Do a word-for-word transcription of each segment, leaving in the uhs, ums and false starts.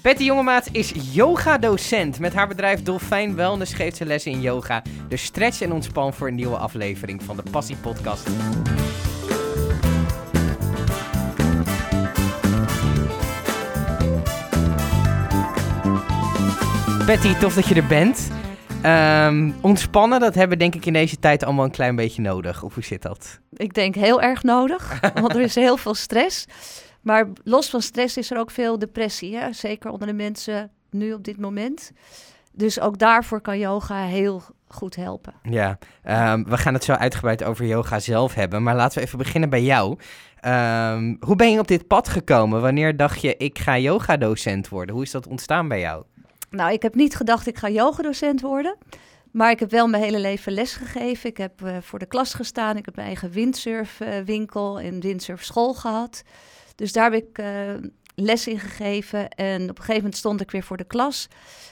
Patty Jongemaat is yogadocent. Met haar bedrijf Dolfijn Wellness geeft ze lessen in yoga. Dus stretch en ontspan voor een nieuwe aflevering van de Passie Podcast. Patty, tof dat je er bent. Um, ontspannen, dat hebben we denk ik in deze tijd allemaal een klein beetje nodig. Of hoe zit dat? Ik denk heel erg nodig, want er is heel veel stress. Maar los van stress is er ook veel depressie, hè? Zeker onder de mensen nu op dit moment. Dus ook daarvoor kan yoga heel goed helpen. Ja, um, we gaan het zo uitgebreid over yoga zelf hebben. Maar laten we even beginnen bij jou. Um, hoe ben je op dit pad gekomen? Wanneer dacht je, ik ga yogadocent worden? Hoe is dat ontstaan bij jou? Nou, ik heb niet gedacht, ik ga yogadocent worden. Maar ik heb wel mijn hele leven les gegeven. Ik heb uh, voor de klas gestaan. Ik heb mijn eigen windsurfwinkel en windsurfschool gehad. Dus daar heb ik uh, les in gegeven. En op een gegeven moment stond ik weer voor de klas.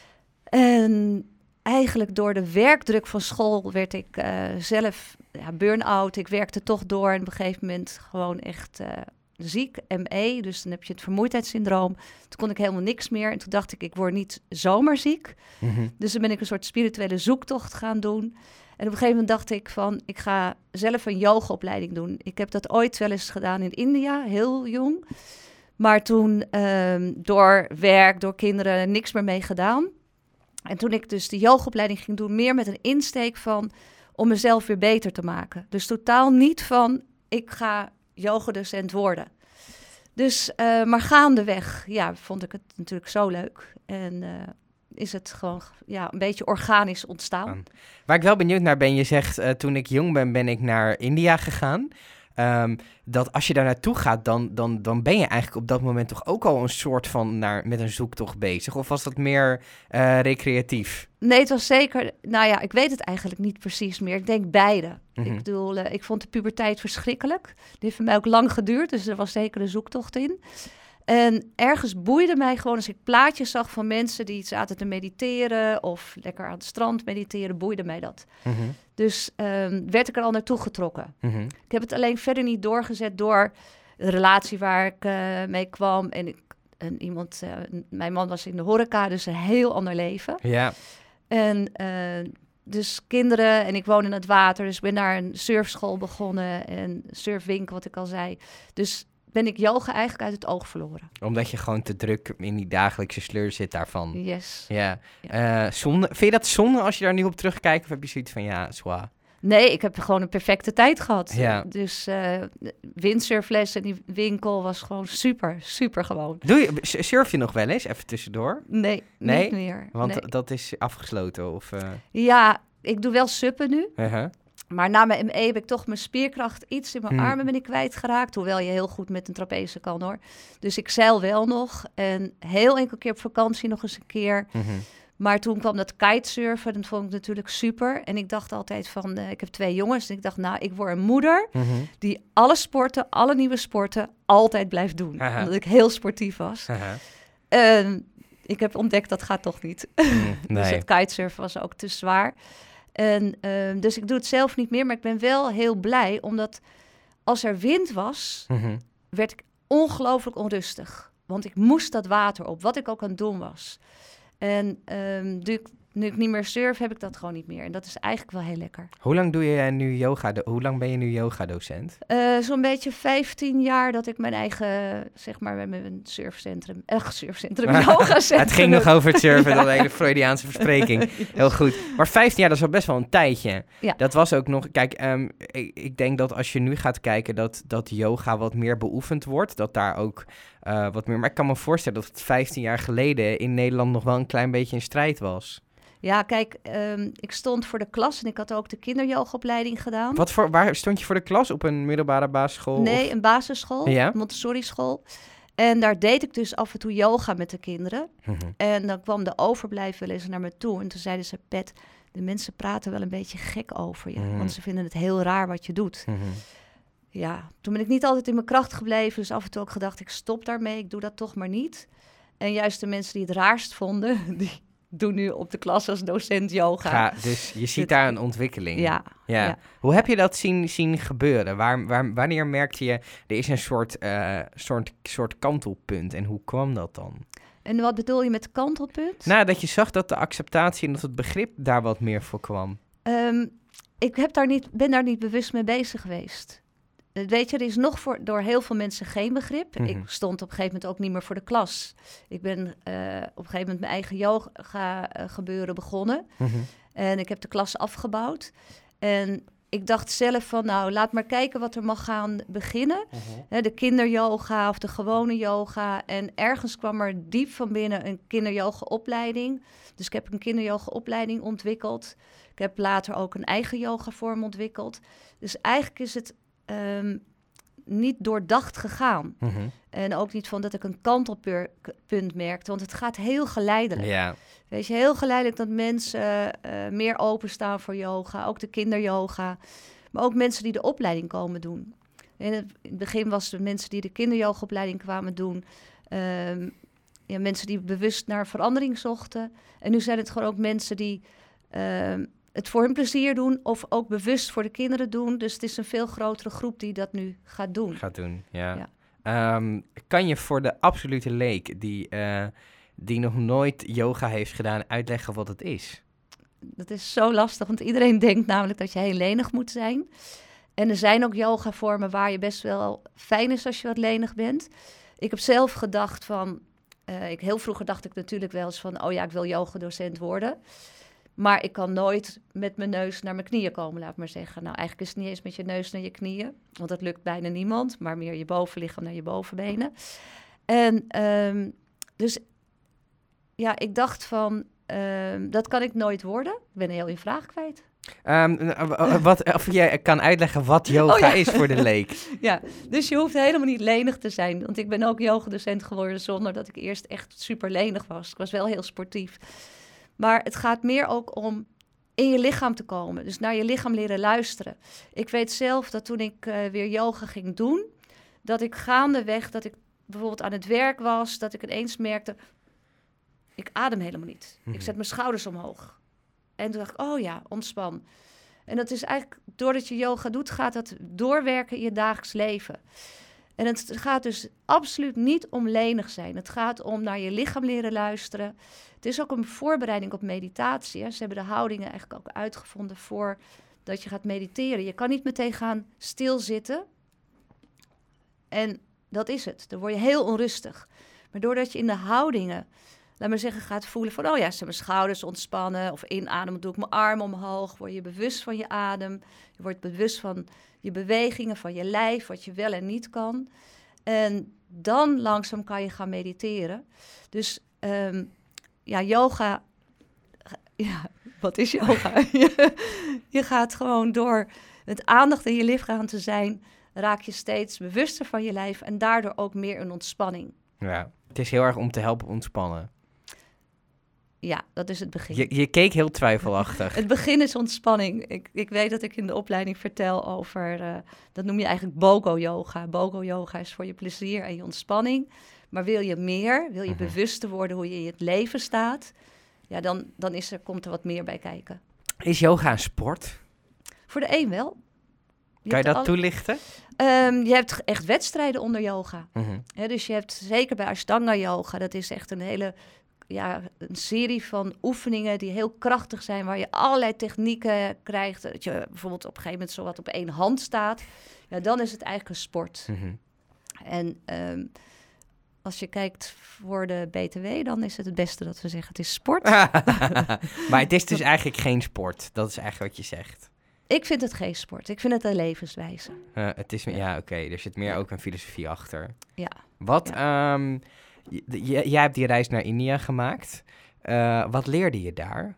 En eigenlijk door de werkdruk van school werd ik uh, zelf ja, burn-out. Ik werkte toch door en op een gegeven moment gewoon echt uh, ziek, M E. Dus dan heb je het vermoeidheidssyndroom. Toen kon ik helemaal niks meer. En toen dacht ik, ik word niet zomaar ziek. Mm-hmm. Dus dan ben ik een soort spirituele zoektocht gaan doen. En op een gegeven moment dacht ik van, ik ga zelf een yogaopleiding doen. Ik heb dat ooit wel eens gedaan in India, heel jong. Maar toen um, door werk, door kinderen, niks meer mee gedaan. En toen ik dus de yogaopleiding ging doen, meer met een insteek van om mezelf weer beter te maken. Dus totaal niet van, ik ga yogadocent worden. Dus, uh, maar gaandeweg, ja, vond ik het natuurlijk zo leuk. En uh, is het gewoon ja, een beetje organisch ontstaan. Waar ik wel benieuwd naar ben, je zegt, uh, toen ik jong ben, ben ik naar India gegaan. Um, dat als je daar naartoe gaat, dan, dan, dan ben je eigenlijk op dat moment toch ook al een soort van naar, met een zoektocht bezig? Of was dat meer uh, recreatief? Nee, het was zeker, nou ja, ik weet het eigenlijk niet precies meer. Ik denk beide. Mm-hmm. Ik bedoel, uh, ik vond de puberteit verschrikkelijk. Die heeft voor mij ook lang geduurd, dus er was zeker een zoektocht in. En ergens boeide mij gewoon als ik plaatjes zag van mensen die zaten te mediteren of lekker aan het strand mediteren, boeide mij dat. Mm-hmm. Dus um, werd ik er al naartoe getrokken. Mm-hmm. Ik heb het alleen verder niet doorgezet door de relatie waar ik uh, mee kwam. En, ik, en iemand, uh, mijn man was in de horeca, dus een heel ander leven. Ja. En uh, dus kinderen en ik woon in het water, dus ik ben daar een surfschool begonnen en surfwinkel, wat ik al zei. Dus ben ik yoga eigenlijk uit het oog verloren. Omdat je gewoon te druk in die dagelijkse sleur zit daarvan. Yes. Ja. ja. Uh, zonde. Vind je dat zonde als je daar nu op terugkijkt? Of heb je zoiets van, ja, zwaar? Nee, ik heb gewoon een perfecte tijd gehad. Ja. Dus uh, windsurfles en die winkel was gewoon super, super gewoon. Doe je, surf je nog wel eens, even tussendoor? Nee, nee? niet meer. Want nee. dat is afgesloten? Of, uh... Ja, ik doe wel suppen nu. Uh-huh. Maar na mijn M E heb ik toch mijn spierkracht iets in mijn hmm. armen ben ik kwijtgeraakt. Hoewel je heel goed met een trapeze kan hoor. Dus ik zeil wel nog. En heel enkel keer op vakantie nog eens een keer. Mm-hmm. Maar toen kwam dat kitesurfen. Dat vond ik natuurlijk super. En ik dacht altijd van, uh, ik heb twee jongens. En ik dacht, nou, ik word een moeder mm-hmm. die alle sporten, alle nieuwe sporten, altijd blijft doen. Uh-huh. Omdat ik heel sportief was. Uh-huh. Uh, ik heb ontdekt, dat gaat toch niet. Mm, nee. Dus het kitesurfen was ook te zwaar. En, uh, dus ik doe het zelf niet meer, maar ik ben wel heel blij, omdat als er wind was, mm-hmm. werd ik ongelooflijk onrustig. Want ik moest dat water op, wat ik ook aan het doen was. En um, nu, ik, nu ik niet meer surf, heb ik dat gewoon niet meer. En dat is eigenlijk wel heel lekker. Hoe lang doe je nu yoga? Hoe lang ben je nu yogadocent? Uh, zo'n beetje vijftien jaar dat ik mijn eigen, zeg maar, mijn surfcentrum, echt surfcentrum, yogacentrum. Het ging nog over het surfen, ja. Dat hele Freudiaanse verspreking. Heel goed. Maar vijftien jaar, dat is wel best wel een tijdje. Ja. Dat was ook nog, kijk, um, ik, ik denk dat als je nu gaat kijken dat, dat yoga wat meer beoefend wordt, dat daar ook uh, wat meer, maar ik kan me voorstellen dat het vijftien jaar geleden in Nederland nog wel een klein beetje een strijd was. Ja, kijk, um, ik stond voor de klas en ik had ook de kinderyogaopleiding gedaan. Wat voor, waar stond je voor de klas? Op een middelbare basisschool? Nee, of? een basisschool, ja? Montessori school. En daar deed ik dus af en toe yoga met de kinderen. Mm-hmm. En dan kwam de overblijver wel eens naar me toe. En toen zeiden ze, Pet, de mensen praten wel een beetje gek over je. Mm-hmm. Want ze vinden het heel raar wat je doet. Mm-hmm. Ja, toen ben ik niet altijd in mijn kracht gebleven. Dus af en toe ook gedacht, ik stop daarmee. Ik doe dat toch maar niet. En juist de mensen die het raarst vonden, die doen nu op de klas als docent yoga. Ja, dus je ziet daar een ontwikkeling. Ja. ja. ja. Hoe heb je dat zien, zien gebeuren? Waar, waar, wanneer merkte je, er is een soort, uh, soort, soort kantelpunt en hoe kwam dat dan? En wat bedoel je met kantelpunt? Nou, dat je zag dat de acceptatie en dat het begrip daar wat meer voor kwam. Um, ik heb daar niet, ben daar niet bewust mee bezig geweest. Uh, weet je, er is nog voor, door heel veel mensen geen begrip. Mm-hmm. Ik stond op een gegeven moment ook niet meer voor de klas. Ik ben uh, op een gegeven moment mijn eigen yoga uh, gebeuren begonnen. Mm-hmm. En ik heb de klas afgebouwd. En ik dacht zelf van, nou, laat maar kijken wat er mag gaan beginnen. Uh-huh. He, de kinderyoga of de gewone yoga. En ergens kwam er diep van binnen een kinderyoga-opleiding. Dus ik heb een kinderyoga-opleiding ontwikkeld. Ik heb later ook een eigen yogavorm ontwikkeld. Dus eigenlijk is het um, niet doordacht gegaan. Uh-huh. En ook niet van dat ik een kantelpunt merkte, want het gaat heel geleidelijk. Yeah. Weet je, heel geleidelijk dat mensen uh, meer openstaan voor yoga, ook de kinderyoga. Maar ook mensen die de opleiding komen doen. In het, in het begin was het mensen die de kinderyogaopleiding kwamen doen. Um, ja, mensen die bewust naar verandering zochten. En nu zijn het gewoon ook mensen die um, het voor hun plezier doen of ook bewust voor de kinderen doen. Dus het is een veel grotere groep die dat nu gaat doen. Gaat doen, ja. ja. Um, kan je voor de absolute leek die... Uh, die nog nooit yoga heeft gedaan, uitleggen wat het is? Dat is zo lastig, want iedereen denkt namelijk dat je heel lenig moet zijn. En er zijn ook yogavormen waar je best wel fijn is als je wat lenig bent. Ik heb zelf gedacht van... Uh, ik, heel vroeger dacht ik natuurlijk wel eens van... oh ja, ik wil yogadocent worden. Maar ik kan nooit met mijn neus naar mijn knieën komen, laat maar zeggen. Nou, eigenlijk is het niet eens met je neus naar je knieën. Want dat lukt bijna niemand. Maar meer je bovenlichaam naar je bovenbenen. En um, dus... Ja, ik dacht van, uh, dat kan ik nooit worden. Ik ben heel je vraag kwijt. Um, wat, of je kan uitleggen wat yoga oh, ja. is voor de leek. Ja, dus je hoeft helemaal niet lenig te zijn. Want ik ben ook yogadocent geworden zonder dat ik eerst echt super lenig was. Ik was wel heel sportief. Maar het gaat meer ook om in je lichaam te komen. Dus naar je lichaam leren luisteren. Ik weet zelf dat toen ik uh, weer yoga ging doen... dat ik gaandeweg, dat ik bijvoorbeeld aan het werk was... dat ik ineens merkte... Ik adem helemaal niet. Mm-hmm. Ik zet mijn schouders omhoog. En toen dacht ik, oh ja, ontspan. En dat is eigenlijk, doordat je yoga doet, gaat dat doorwerken in je dagelijks leven. En het gaat dus absoluut niet om lenig zijn. Het gaat om naar je lichaam leren luisteren. Het is ook een voorbereiding op meditatie. Hè. Ze hebben de houdingen eigenlijk ook uitgevonden voor dat je gaat mediteren. Je kan niet meteen gaan stilzitten. En dat is het. Dan word je heel onrustig. Maar doordat je in de houdingen... laat maar zeggen, gaat voelen van, oh ja, zijn mijn schouders ontspannen. Of inademen, doe ik mijn arm omhoog. Word je bewust van je adem. Je wordt bewust van je bewegingen, van je lijf, wat je wel en niet kan. En dan langzaam kan je gaan mediteren. Dus um, ja, yoga... Ja, wat is yoga? je, je gaat gewoon door met aandacht in je lichaam te zijn... raak je steeds bewuster van je lijf en daardoor ook meer een ontspanning. Ja, het is heel erg om te helpen ontspannen. Ja, dat is het begin. Je, je keek heel twijfelachtig. Het begin is ontspanning. Ik, ik weet dat ik in de opleiding vertel over... Uh, dat noem je eigenlijk bogo-yoga. Bogo-yoga is voor je plezier en je ontspanning. Maar wil je meer, wil je uh-huh. bewuster worden hoe je in het leven staat... ja, dan, dan is er, komt er wat meer bij kijken. Is yoga een sport? Voor de een wel. Je kan je dat al... toelichten? Um, je hebt echt wedstrijden onder yoga. Uh-huh. He, dus je hebt zeker bij Ashtanga-yoga... dat is echt een hele... ja, een serie van oefeningen die heel krachtig zijn... waar je allerlei technieken krijgt. Dat je bijvoorbeeld op een gegeven moment zo wat op één hand staat. Ja, dan is het eigenlijk een sport. Mm-hmm. En um, als je kijkt voor de B T W... dan is het het beste dat we zeggen het is sport. Maar het is dus eigenlijk geen sport. Dat is eigenlijk wat je zegt. Ik vind het geen sport. Ik vind het een levenswijze. Uh, het is, ja, oké. Okay. Er zit meer ja. ook een filosofie achter. Ja. Wat... Ja. Um, J- j- jij hebt die reis naar India gemaakt. Uh, wat leerde je daar?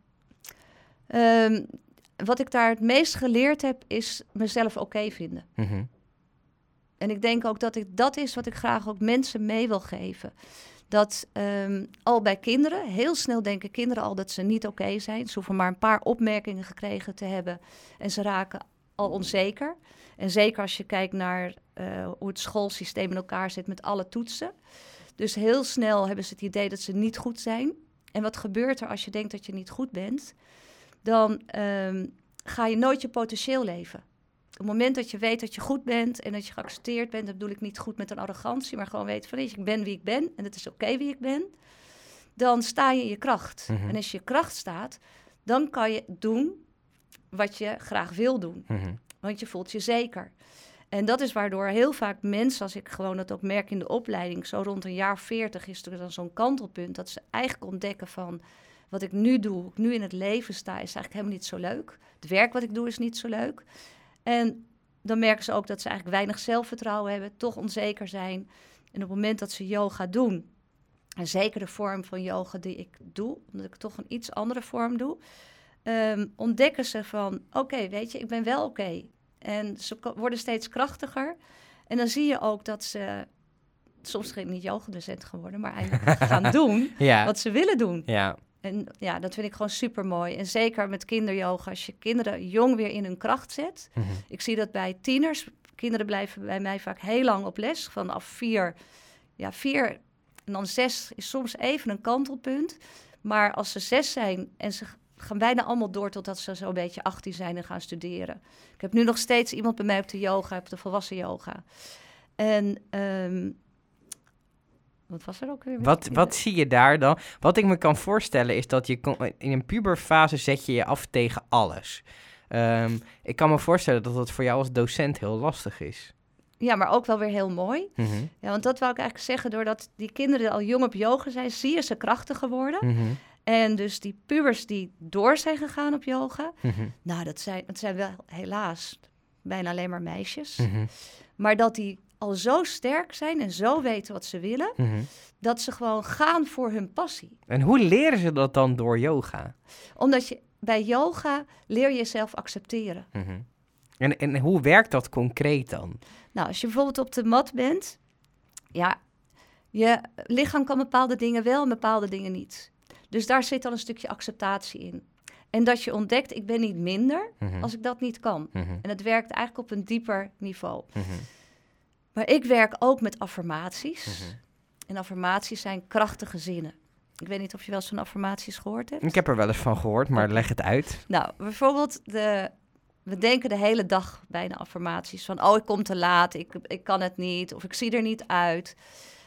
Um, wat ik daar het meest geleerd heb, is mezelf oké okay vinden. Mm-hmm. En ik denk ook dat ik, dat is wat ik graag ook mensen mee wil geven. Dat um, al bij kinderen, heel snel denken kinderen al dat ze niet oké okay zijn. Ze hoeven maar een paar opmerkingen gekregen te hebben en ze raken al onzeker. En zeker als je kijkt naar uh, hoe het schoolsysteem in elkaar zit met alle toetsen. Dus heel snel hebben ze het idee dat ze niet goed zijn. En wat gebeurt er als je denkt dat je niet goed bent? Dan um, ga je nooit je potentieel leven. Op het moment dat je weet dat je goed bent en dat je geaccepteerd bent... dat bedoel ik niet goed met een arrogantie, maar gewoon weten van... ik ben wie ik ben en het is oké okay wie ik ben. dan sta je in je kracht. Mm-hmm. En als je kracht staat, dan kan je doen wat je graag wil doen. Mm-hmm. Want je voelt je zeker. En dat is waardoor heel vaak mensen, als ik gewoon dat ook merk in de opleiding, zo rond een jaar veertig is er dan zo'n kantelpunt, dat ze eigenlijk ontdekken van, wat ik nu doe, hoe ik nu in het leven sta, is eigenlijk helemaal niet zo leuk. Het werk wat ik doe is niet zo leuk. En dan merken ze ook dat ze eigenlijk weinig zelfvertrouwen hebben, toch onzeker zijn. En op het moment dat ze yoga doen, en zeker de vorm van yoga die ik doe, omdat ik toch een iets andere vorm doe, um, ontdekken ze van, oké, okay, weet je, ik ben wel oké. Okay. En ze worden steeds krachtiger. En dan zie je ook dat ze soms geen niet yogadocent gaan worden, maar eigenlijk gaan doen ja. wat ze willen doen. Ja. En ja, dat vind ik gewoon super mooi. En zeker met kinderyoga, als je kinderen jong weer in hun kracht zet. Mm-hmm. Ik zie dat bij tieners. Kinderen blijven bij mij vaak heel lang op les. Vanaf vier, ja, vier en dan zes is soms even een kantelpunt. Maar als ze zes zijn en ze gaan bijna allemaal door totdat ze zo'n beetje achttien zijn en gaan studeren. Ik heb nu nog steeds iemand bij mij op de yoga, op de volwassen yoga. En um, wat was er ook weer? Wat, wat zie je daar dan? Wat ik me kan voorstellen is dat je kon, in een puberfase zet je je af tegen alles. Um, ik kan me voorstellen dat dat voor jou als docent heel lastig is. Ja, maar ook wel weer heel mooi. Mm-hmm. Ja, want dat wou ik eigenlijk zeggen, doordat die kinderen al jong op yoga zijn, zie je ze krachtiger worden. Mm-hmm. En dus die pubers die door zijn gegaan op yoga, mm-hmm. nou, dat zijn, dat zijn wel helaas bijna alleen maar meisjes. Mm-hmm. Maar dat die al zo sterk zijn en zo weten wat ze willen, mm-hmm. dat ze gewoon gaan voor hun passie. En hoe leren ze dat dan door yoga? Omdat je bij yoga leer je jezelf accepteren. Mm-hmm. En, en hoe werkt dat concreet dan? Nou, als je bijvoorbeeld op de mat bent, ja, je lichaam kan bepaalde dingen wel en bepaalde dingen niet. Dus daar zit dan een stukje acceptatie in. En dat je ontdekt, ik ben niet minder mm-hmm. als ik dat niet kan. Mm-hmm. En het werkt eigenlijk op een dieper niveau. Mm-hmm. Maar ik werk ook met affirmaties. Mm-hmm. En affirmaties zijn krachtige zinnen. Ik weet niet of je wel eens van affirmaties gehoord hebt. Ik heb er wel eens van gehoord, maar okay. Leg het uit. Nou, bijvoorbeeld, de, we denken de hele dag bijna affirmaties. Van, oh, ik kom te laat, ik, ik kan het niet, of ik zie er niet uit.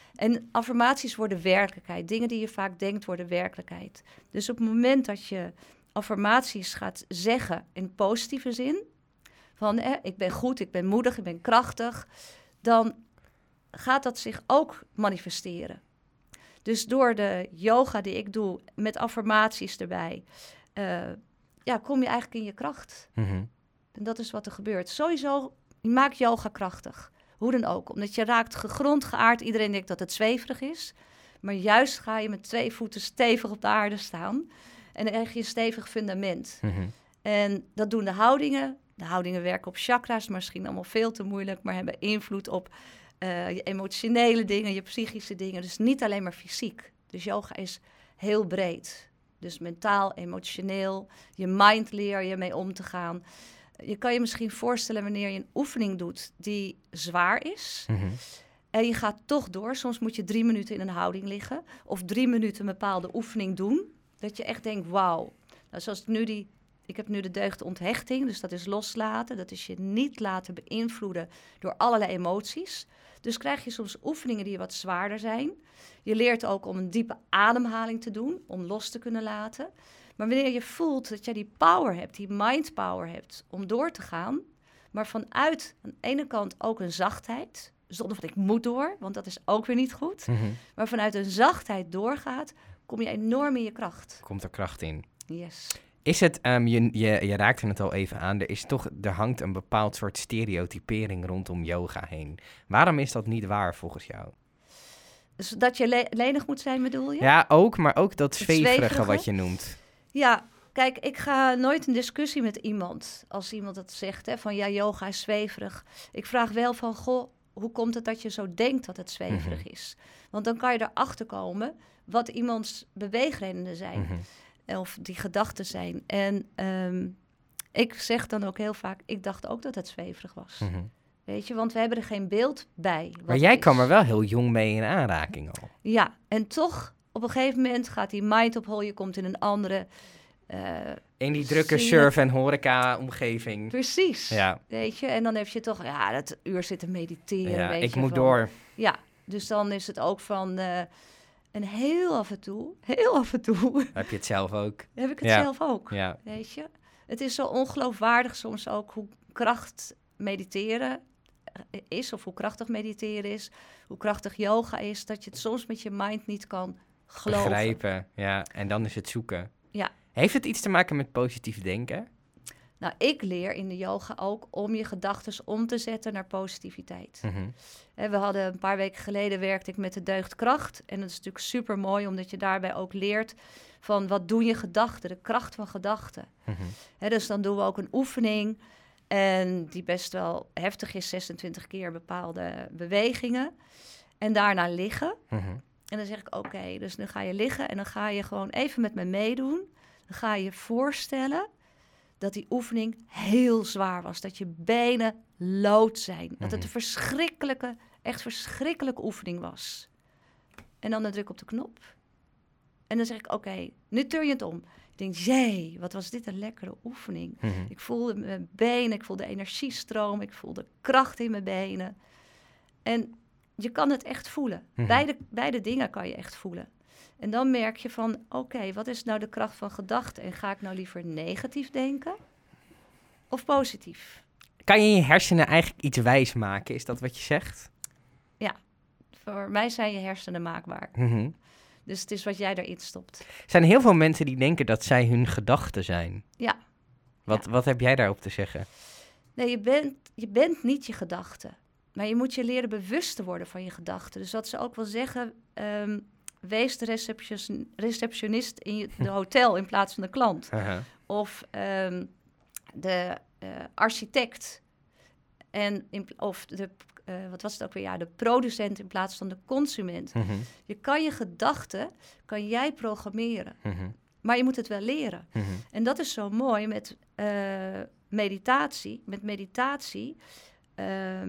En affirmaties worden werkelijkheid. Dingen die je vaak denkt worden werkelijkheid. Dus op het moment dat je affirmaties gaat zeggen in positieve zin, van eh, ik ben goed, ik ben moedig, ik ben krachtig, dan gaat dat zich ook manifesteren. Dus door de yoga die ik doe, met affirmaties erbij, uh, ja, kom je eigenlijk in je kracht. Mm-hmm. En dat is wat er gebeurt. Sowieso, maak yoga krachtig. Hoe dan ook. Omdat je raakt gegrond, geaard. Iedereen denkt dat het zweverig is. Maar juist ga je met twee voeten stevig op de aarde staan. En dan krijg je een stevig fundament. Mm-hmm. En dat doen de houdingen. De houdingen werken op chakra's. Misschien allemaal veel te moeilijk. Maar hebben invloed op uh, je emotionele dingen, je psychische dingen. Dus niet alleen maar fysiek. Dus yoga is heel breed. Dus mentaal, emotioneel. Je mind leer je mee om te gaan. Je kan je misschien voorstellen wanneer je een oefening doet die zwaar is. Mm-hmm. En je gaat toch door. Soms moet je drie minuten in een houding liggen. Of drie minuten een bepaalde oefening doen. Dat je echt denkt, wauw. Nou, zoals nu die, ik heb nu de deugd onthechting. Dus dat is loslaten. Dat is je niet laten beïnvloeden door allerlei emoties. Dus krijg je soms oefeningen die wat zwaarder zijn. Je leert ook om een diepe ademhaling te doen. Om los te kunnen laten. Maar wanneer je voelt dat jij die power hebt, die mind power hebt om door te gaan, maar vanuit aan de ene kant ook een zachtheid, zonder van ik moet door, want dat is ook weer niet goed, Mm-hmm. maar vanuit een zachtheid doorgaat, kom je enorm in je kracht. Komt er kracht in. Yes. Is het, um, je, je, je raakte het al even aan, er, is toch, er hangt een bepaald soort stereotypering rondom yoga heen. Waarom is dat niet waar volgens jou? Dus dat je le- lenig moet zijn, bedoel je? Ja, ook, maar ook dat Het zweverige, zweverige wat je noemt. Ja, kijk, ik ga nooit een discussie met iemand als iemand dat zegt, hè, van ja, yoga is zweverig. Ik vraag wel van, goh, hoe komt het dat je zo denkt dat het zweverig Mm-hmm. is? Want dan kan je erachter komen wat iemands beweegredenen zijn. Mm-hmm. Of die gedachten zijn. En um, ik zeg dan ook heel vaak, ik dacht ook dat het zweverig was. Mm-hmm. Weet je, want we hebben er geen beeld bij. Maar jij kwam er wel heel jong mee in aanraking al. Ja, en toch, op een gegeven moment gaat die mind op hol. Je komt in een andere... Uh, in die drukke zie- surf- en horeca-omgeving. Precies, Ja, weet je. En dan heb je toch, ja, dat uur zitten mediteren, ja weet ik je. moet van- door. Ja, dus dan is het ook van... Uh, En heel af en toe, heel af en toe... Heb je het zelf ook? Heb ik het ja. zelf ook, ja. weet je. Het is zo ongeloofwaardig soms ook hoe kracht mediteren is... of hoe krachtig mediteren is, hoe krachtig yoga is... dat je het soms met je mind niet kan geloven. Begrijpen, ja. En dan is het zoeken. Ja. Heeft het iets te maken met positief denken? Nou, ik leer in de yoga ook om je gedachten om te zetten naar positiviteit. Mm-hmm. We hadden een paar weken geleden werkte ik met de deugdkracht. En dat is natuurlijk super mooi, omdat je daarbij ook leert van wat doen je gedachten, de kracht van gedachten. Mm-hmm. He, dus dan doen we ook een oefening en die best wel heftig is, zesentwintig keer bepaalde bewegingen. En daarna liggen. Mm-hmm. En dan zeg ik oké, okay, dus nu ga je liggen en dan ga je gewoon even met me meedoen. Dan ga je je voorstellen dat die oefening heel zwaar was. Dat je benen lood zijn. Mm-hmm. Dat het een verschrikkelijke, echt verschrikkelijke oefening was. En dan een druk op de knop. En dan zeg ik, oké, okay, nu turn je het om. Ik denk, jee, wat was dit een lekkere oefening. Mm-hmm. Ik voelde mijn benen, ik voelde energiestroom, ik voelde kracht in mijn benen. En je kan het echt voelen. Mm-hmm. Beide, beide dingen kan je echt voelen. En dan merk je van, oké, okay, wat is nou de kracht van gedachten? En ga ik nou liever negatief denken of positief? Kan je je hersenen eigenlijk iets wijs maken? Is dat wat je zegt? Ja, voor mij zijn je hersenen maakbaar. Mm-hmm. Dus het is wat jij erin stopt. Er zijn heel veel mensen die denken dat zij hun gedachten zijn. Ja. Wat, ja. wat heb jij daarop te zeggen? Nee, je bent, je bent niet je gedachten. Maar je moet je leren bewust te worden van je gedachten. Dus wat ze ook wel zeggen... Um, wees de reception, receptionist in je, de hotel in plaats van de klant. Uh-huh. Of um, de uh, architect. En in, of de, uh, wat was het ook weer? Ja, de producent in plaats van de consument. Mm-hmm. Je kan je gedachten, kan jij programmeren. Mm-hmm. Maar je moet het wel leren. Mm-hmm. En dat is zo mooi met uh, meditatie. Met meditatie uh,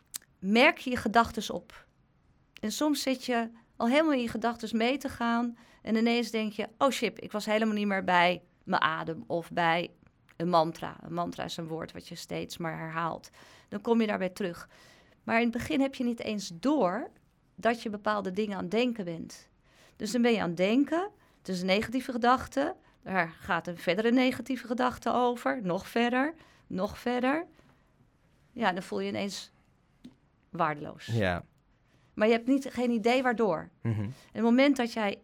merk je je gedachten op. En soms zit je al helemaal in je gedachten mee te gaan. En ineens denk je, oh shit, ik was helemaal niet meer bij mijn adem of bij een mantra. Een mantra is een woord wat je steeds maar herhaalt. Dan kom je daarbij terug. Maar in het begin heb je niet eens door dat je bepaalde dingen aan het denken bent. Dus dan ben je aan het denken. Het is een negatieve gedachte. Daar gaat een verdere negatieve gedachte over. Nog verder, nog verder. Ja, dan voel je ineens waardeloos. Ja. Maar je hebt niet, geen idee waardoor. Mm-hmm. En het moment dat jij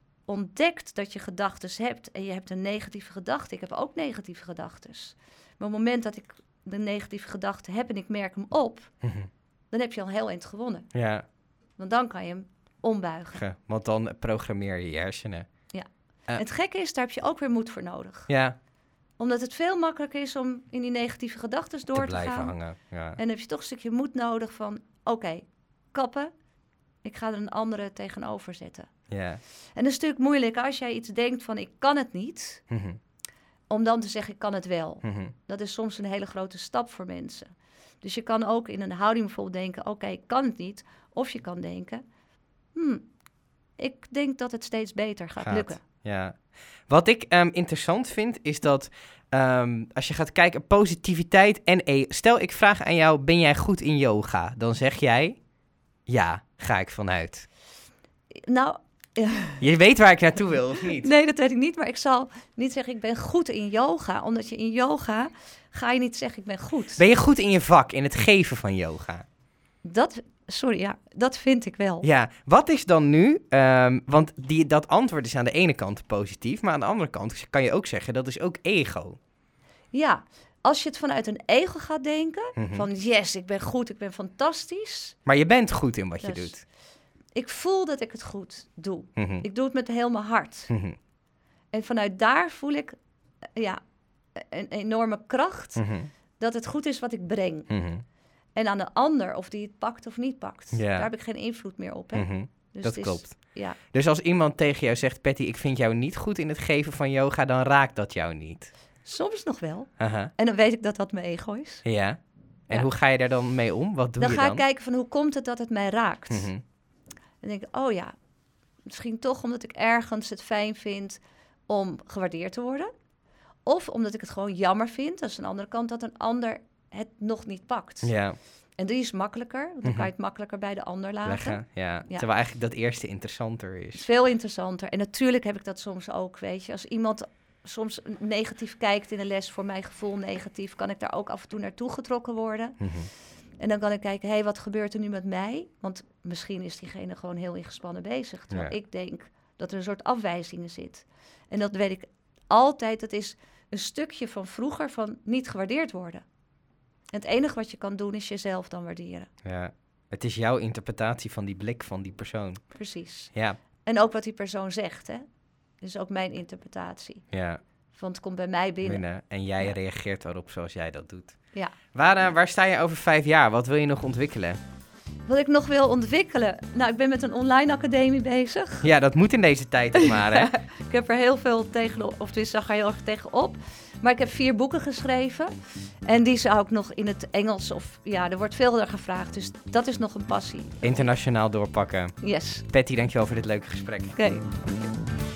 ontdekt dat je gedachten hebt... en je hebt een negatieve gedachte... ik heb ook negatieve gedachten. Maar op het moment dat ik de negatieve gedachte heb... en ik merk hem op... Mm-hmm. dan heb je al heel eind gewonnen. Ja. Want dan kan je hem ombuigen. Ge, want dan programmeer je je hersenen. Ja. Uh, het gekke is, daar heb je ook weer moed voor nodig. Ja. Omdat het veel makkelijker is om in die negatieve gedachten door te, te blijven gaan. hangen. Ja. En dan heb je toch een stukje moed nodig van... oké, okay, kappen... ik ga er een andere tegenover zetten. Ja. En dat is natuurlijk moeilijk als jij iets denkt van ik kan het niet. Mm-hmm. Om dan te zeggen ik kan het wel. Mm-hmm. Dat is soms een hele grote stap voor mensen. Dus je kan ook in een houding bijvoorbeeld denken oké, okay, ik kan het niet. Of je kan denken, hmm, ik denk dat het steeds beter gaat, gaat. lukken. Ja. Wat ik um, interessant vind is dat um, als je gaat kijken positiviteit en e- stel ik vraag aan jou, ben jij goed in yoga? Dan zeg jij... Ja, ga ik vanuit. Nou... Uh, je weet waar ik naartoe wil, of niet? Nee, dat weet ik niet. Maar ik zal niet zeggen, ik ben goed in yoga. Omdat je in yoga ga je niet zeggen, ik ben goed. Ben je goed in je vak, in het geven van yoga? Dat, sorry, ja, dat vind ik wel. Ja, wat is dan nu... Um, want die, dat antwoord is aan de ene kant positief. Maar aan de andere kant kan je ook zeggen, dat is ook ego. Ja, als je het vanuit een ego gaat denken, mm-hmm. van yes, ik ben goed, ik ben fantastisch. Maar je bent goed in wat dus, je doet. Ik voel dat ik het goed doe. Mm-hmm. Ik doe het met heel mijn hart. Mm-hmm. En vanuit daar voel ik ja, een enorme kracht mm-hmm. dat het goed is wat ik breng. Mm-hmm. En aan de ander, of die het pakt of niet pakt, ja. daar heb ik geen invloed meer op. Hè? Mm-hmm. Dus dat is, klopt. Ja. Dus als iemand tegen jou zegt, Patty, ik vind jou niet goed in het geven van yoga, dan raakt dat jou niet. Soms nog wel. Aha. En dan weet ik dat dat mijn ego is. Ja. En ja. hoe ga je daar dan mee om? Wat doe dan je dan? dan? ga ik kijken van hoe komt het dat het mij raakt. Mm-hmm. En denk ik, oh ja, misschien toch omdat ik ergens het fijn vind om gewaardeerd te worden. Of omdat ik het gewoon jammer vind. Dat is een andere kant dat een ander het nog niet pakt. Ja. En die is makkelijker, want dan mm-hmm. kan je het makkelijker bij de ander laten. Leggen, ja. ja. Terwijl eigenlijk dat eerste interessanter is. is. Veel interessanter. En natuurlijk heb ik dat soms ook, weet je. Als iemand soms negatief kijkt in een les, voor mijn gevoel negatief, kan ik daar ook af en toe naartoe getrokken worden. Mm-hmm. En dan kan ik kijken, hé, hey, wat gebeurt er nu met mij? Want misschien is diegene gewoon heel ingespannen bezig. Terwijl ja. ik denk dat er een soort afwijzingen zit. En dat weet ik altijd, dat is een stukje van vroeger van niet gewaardeerd worden. En het enige wat je kan doen is jezelf dan waarderen. Ja, het is jouw interpretatie van die blik van die persoon. Precies. Ja. En ook wat die persoon zegt, hè. Dus ook mijn interpretatie. Ja. Want het komt bij mij binnen. binnen. En jij ja. reageert erop zoals jij dat doet. Ja. Waar, uh, waar sta je over vijf jaar? Wat wil je nog ontwikkelen? Wat ik nog wil ontwikkelen? Nou, ik ben met een online academie bezig. Ja, dat moet in deze tijd toch maar, hè? Ik heb er heel veel tegen, of dus daar ga je heel erg tegenop. Maar ik heb vier boeken geschreven. En die zou ik nog in het Engels, of ja, er wordt veel naar gevraagd. Dus dat is nog een passie. Internationaal doorpakken. Yes. Patty, dankjewel voor dit leuke gesprek. Oké. Okay.